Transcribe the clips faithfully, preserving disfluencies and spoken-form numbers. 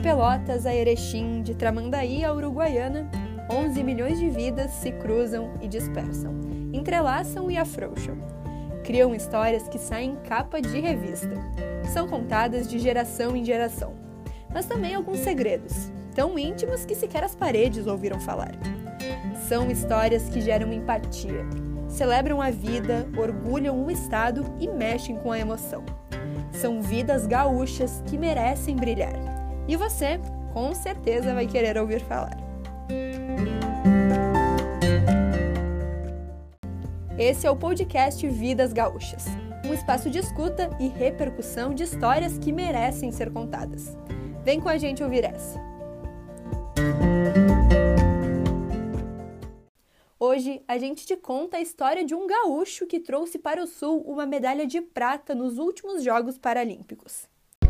Pelotas a Erechim, de Tramandaí a Uruguaiana, onze milhões de vidas se cruzam e dispersam, entrelaçam e afrouxam. Criam histórias que saem em capa de revista. São contadas de geração em geração. Mas também alguns segredos, tão íntimos que sequer as paredes ouviram falar. São histórias que geram empatia, celebram a vida, orgulham o estado e mexem com a emoção. São vidas gaúchas que merecem brilhar. E você, com certeza, vai querer ouvir falar. Esse é o podcast Vidas Gaúchas, um espaço de escuta e repercussão de histórias que merecem ser contadas. Vem com a gente ouvir essa. Hoje, a gente te conta a história de um gaúcho que trouxe para o Sul uma medalha de prata nos últimos Jogos Paralímpicos.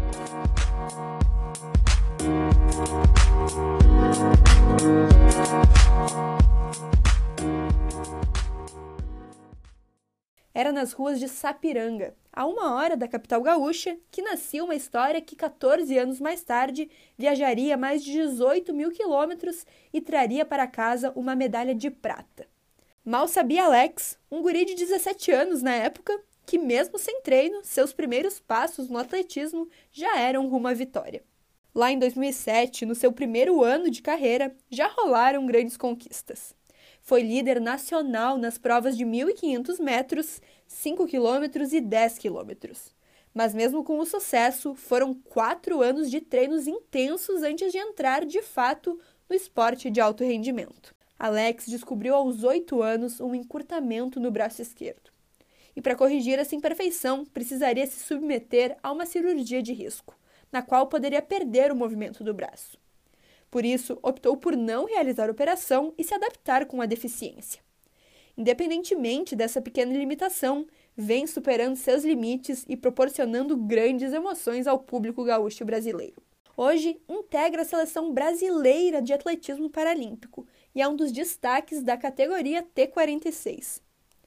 Era nas ruas de Sapiranga, a uma hora da capital gaúcha, que nascia uma história que quatorze anos mais tarde viajaria mais de dezoito mil quilômetros e traria para casa uma medalha de prata. Mal sabia Alex, um guri de dezessete anos na época, que mesmo sem treino, seus primeiros passos no atletismo já eram rumo à vitória. Lá em dois mil e sete, no seu primeiro ano de carreira, já rolaram grandes conquistas. Foi líder nacional nas provas de mil e quinhentos metros, cinco quilômetros e dez quilômetros. Mas mesmo com o sucesso, foram quatro anos de treinos intensos antes de entrar, de fato, no esporte de alto rendimento. Alex descobriu aos oito anos um encurtamento no braço esquerdo. E para corrigir essa imperfeição, precisaria se submeter a uma cirurgia de risco, na qual poderia perder o movimento do braço. Por isso, optou por não realizar a operação e se adaptar com a deficiência. Independentemente dessa pequena limitação, vem superando seus limites e proporcionando grandes emoções ao público gaúcho brasileiro. Hoje, integra a seleção brasileira de atletismo paralímpico e é um dos destaques da categoria T quarenta e seis.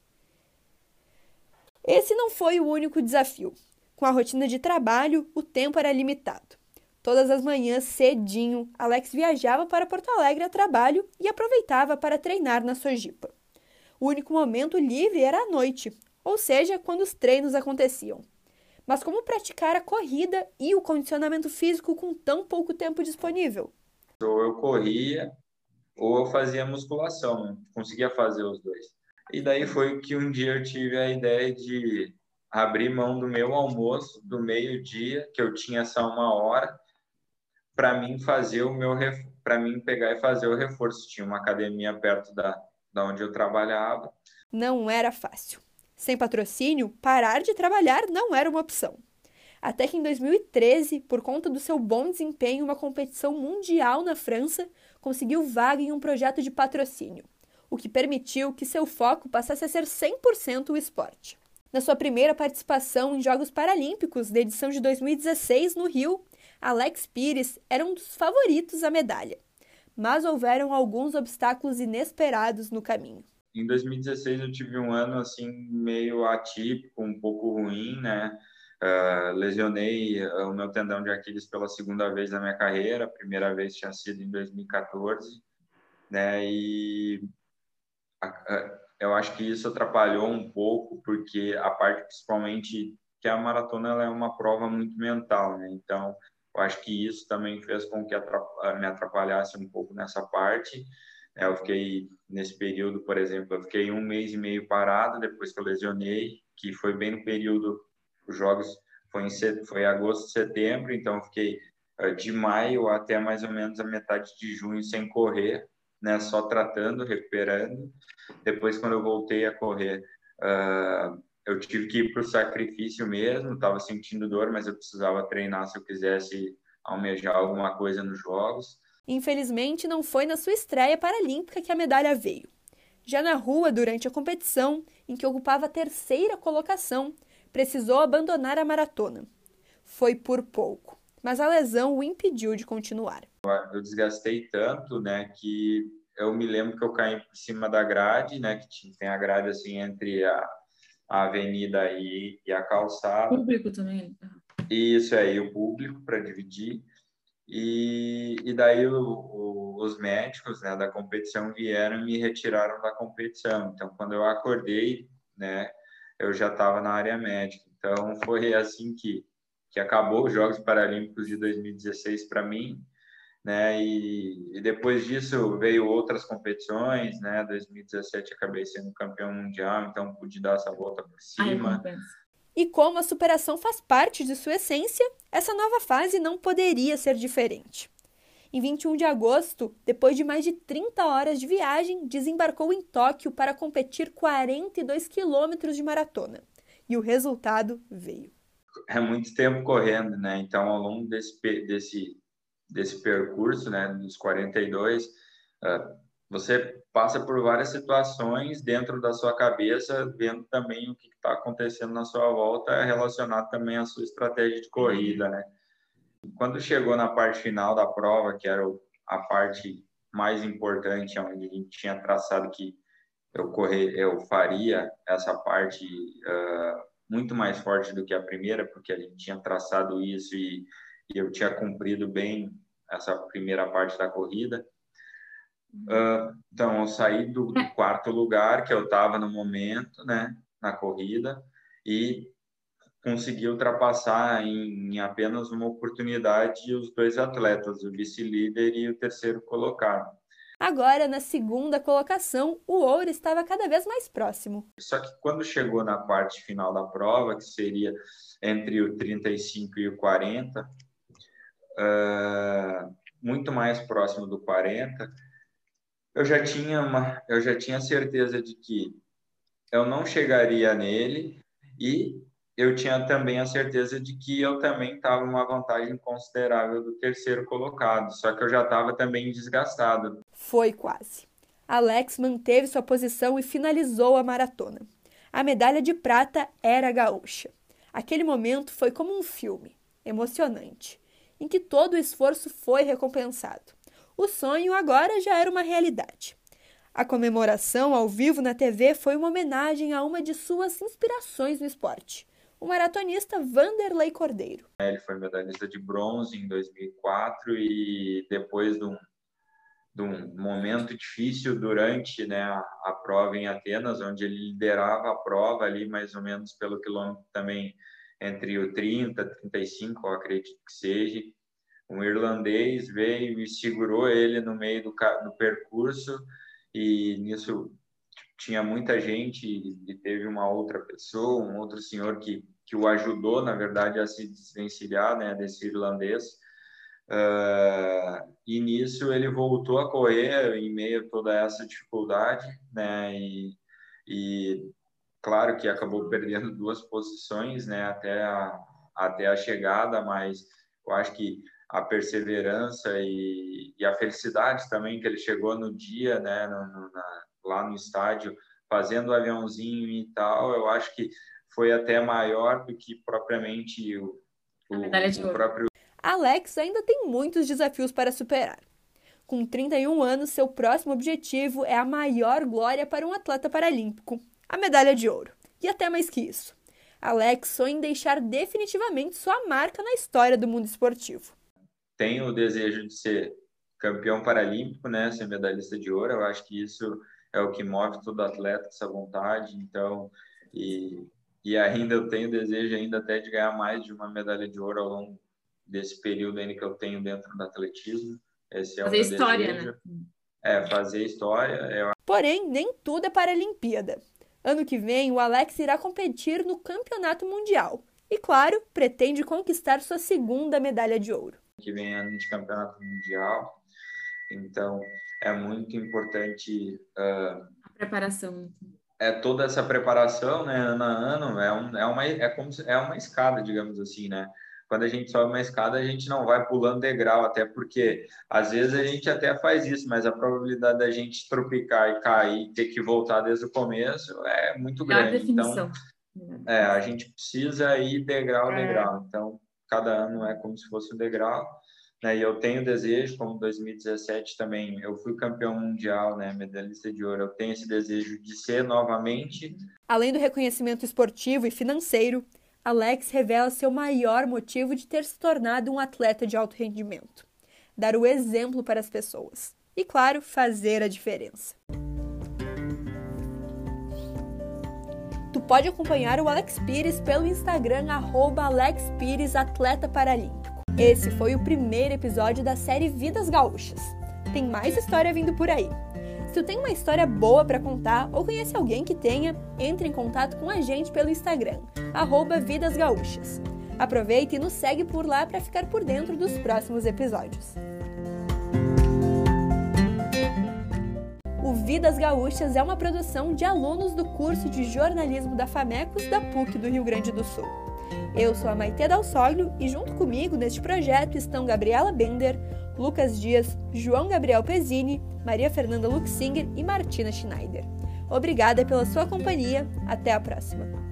Esse não foi o único desafio. Com a rotina de trabalho, o tempo era limitado. Todas as manhãs, cedinho, Alex viajava para Porto Alegre a trabalho e aproveitava para treinar na Sojipa. O único momento livre era à noite, ou seja, quando os treinos aconteciam. Mas como praticar a corrida e o condicionamento físico com tão pouco tempo disponível? Ou eu corria, ou eu fazia musculação, né? Conseguia fazer os dois. E daí foi que um dia eu tive a ideia de abrir mão do meu almoço, do meio-dia, que eu tinha só uma hora, para mim fazer o meu para mim pegar e fazer o reforço. Tinha uma academia perto da, da onde eu trabalhava. Não era fácil. Sem patrocínio, parar de trabalhar não era uma opção. Até que em dois mil e treze, por conta do seu bom desempenho em uma competição mundial na França, conseguiu vaga em um projeto de patrocínio, o que permitiu que seu foco passasse a ser cem por cento o esporte. Na sua primeira participação em Jogos Paralímpicos da edição de dois mil e dezesseis, no Rio, Alex Pires era um dos favoritos à medalha, mas houveram alguns obstáculos inesperados no caminho. Em dois mil e dezesseis eu tive um ano assim meio atípico, um pouco ruim, né? Uh, lesionei o meu tendão de Aquiles pela segunda vez na minha carreira, a primeira vez tinha sido em dois mil e quatorze, né? E a, a, eu acho que isso atrapalhou um pouco, porque a parte principalmente que a maratona ela é uma prova muito mental, né? Então eu acho que isso também fez com que atrapalha, me atrapalhasse um pouco nessa parte. Eu fiquei, nesse período, por exemplo, eu fiquei um mês e meio parado depois que eu lesionei, que foi bem no período, os jogos foi em foi agosto, setembro, então eu fiquei de maio até mais ou menos a metade de junho sem correr, né, só tratando, recuperando. Depois, quando eu voltei a correr, uh, eu tive que ir para o sacrifício mesmo, estava sentindo dor, mas eu precisava treinar se eu quisesse almejar alguma coisa nos jogos. Infelizmente, não foi na sua estreia paralímpica que a medalha veio. Já na rua, durante a competição, em que ocupava a terceira colocação, precisou abandonar a maratona. Foi por pouco, mas a lesão o impediu de continuar. Eu desgastei tanto, né, que eu me lembro que eu caí por cima da grade, né, que tem a grade assim entre a, a avenida e, e a calçada. Público também. Isso aí, o público para dividir. E, e daí o, o, os médicos, né, da competição vieram e me retiraram da competição. Então, quando eu acordei, né, eu já estava na área médica. Então, foi assim que, que acabou os Jogos Paralímpicos de dois mil e dezesseis para mim, né? E, e depois disso veio outras competições, né? dois mil e dezessete acabei sendo campeão mundial, então pude dar essa volta por A cima. recompensa. E como a superação faz parte de sua essência, essa nova fase não poderia ser diferente. Em vinte e um de agosto, depois de mais de trinta horas de viagem, desembarcou em Tóquio para competir quarenta e dois quilômetros de maratona. E o resultado veio. É muito tempo correndo, né? Então, ao longo desse, desse, desse percurso, né, dos quarenta e dois, uh, você passa por várias situações dentro da sua cabeça, vendo também o que está acontecendo na sua volta, relacionado também à sua estratégia de corrida, né? Quando chegou na parte final da prova, que era a parte mais importante, onde a gente tinha traçado que eu correr, eu faria essa parte uh, muito mais forte do que a primeira, porque a gente tinha traçado isso e, e eu tinha cumprido bem essa primeira parte da corrida. Uh, então, eu saí do, do quarto lugar que eu estava no momento, né, na corrida, e consegui ultrapassar em, em apenas uma oportunidade os dois atletas, o vice-líder e o terceiro colocado. Agora, na segunda colocação, o ouro estava cada vez mais próximo. Só que quando chegou na parte final da prova, que seria entre o trinta e cinco e o quarenta, uh, muito mais próximo do quarenta, eu já tinha uma, eu já tinha certeza de que eu não chegaria nele e eu tinha também a certeza de que eu também estava uma vantagem considerável do terceiro colocado, só que eu já estava também desgastado. Foi quase. Alex manteve sua posição e finalizou a maratona. A medalha de prata era gaúcha. Aquele momento foi como um filme, emocionante, em que todo o esforço foi recompensado. O sonho agora já era uma realidade. A comemoração ao vivo na T V foi uma homenagem a uma de suas inspirações no esporte, o maratonista Vanderlei Cordeiro. Ele foi medalhista de bronze em dois mil e quatro e depois de um, de um momento difícil durante, né, a, a prova em Atenas, onde ele liderava a prova ali mais ou menos pelo quilômetro também entre o trinta e trinta e cinco, eu acredito que seja. Um irlandês veio e segurou ele no meio do, do percurso e nisso tinha muita gente e teve uma outra pessoa, um outro senhor que, que o ajudou, na verdade, a se desvencilhar, né, desse irlandês. Uh, e nisso ele voltou a correr em meio a toda essa dificuldade, né, e, e claro que acabou perdendo duas posições, né, até a, até a chegada, mas eu acho que a perseverança e, e a felicidade também que ele chegou no dia, né, no, no, na, lá no estádio, fazendo o aviãozinho e tal, eu acho que foi até maior do que propriamente o, o, o próprio... Alex ainda tem muitos desafios para superar. Com trinta e um anos, seu próximo objetivo é a maior glória para um atleta paralímpico, a medalha de ouro. E até mais que isso. Alex sonha em deixar definitivamente sua marca na história do mundo esportivo. Tenho o desejo de ser campeão paralímpico, né, ser medalhista de ouro. Eu acho que isso é o que move todo atleta, essa vontade. Então, e, e ainda eu tenho desejo ainda até de ganhar mais de uma medalha de ouro ao longo desse período ainda que eu tenho dentro do atletismo. Esse é fazer o meu história, desejo. Né? É, fazer história. Eu... Porém, nem tudo é Paralimpíada. Ano que vem, o Alex irá competir no Campeonato Mundial. E, claro, pretende conquistar sua segunda medalha de ouro. Que vem ano de Campeonato Mundial. Então, é muito importante... Uh... A preparação. É toda essa preparação, né, ano a ano, é, um, é, uma, é como se, é uma escada, digamos assim, né? Quando a gente sobe uma escada, a gente não vai pulando degrau, até porque às vezes a gente até faz isso, mas a probabilidade da gente tropicar e cair, ter que voltar desde o começo é muito Melhor grande. definição. Então, é, a gente precisa ir degrau a degrau. Então, cada ano é como se fosse um degrau. Né? E eu tenho desejo, como dois mil e dezessete também, eu fui campeão mundial, né, medalhista de ouro, eu tenho esse desejo de ser novamente. Além do reconhecimento esportivo e financeiro, Alex revela seu maior motivo de ter se tornado um atleta de alto rendimento: dar o exemplo para as pessoas. E, claro, fazer a diferença. Tu pode acompanhar o Alex Pires pelo Instagram, arroba Alex Pires Atleta Paralímpico. Esse foi o primeiro episódio da série Vidas Gaúchas. Tem mais história vindo por aí. Se tu tem uma história boa para contar ou conhece alguém que tenha, entre em contato com a gente pelo Instagram, arroba Vidas Gaúchas. Aproveita e nos segue por lá para ficar por dentro dos próximos episódios. O Vidas Gaúchas é uma produção de alunos do curso de jornalismo da FAMECOS da P U C do Rio Grande do Sul. Eu sou a Maitê Dalsoglio e junto comigo neste projeto estão Gabriela Bender, Lucas Dias, João Gabriel Pezzini, Maria Fernanda Luxinger e Martina Schneider. Obrigada pela sua companhia, até a próxima!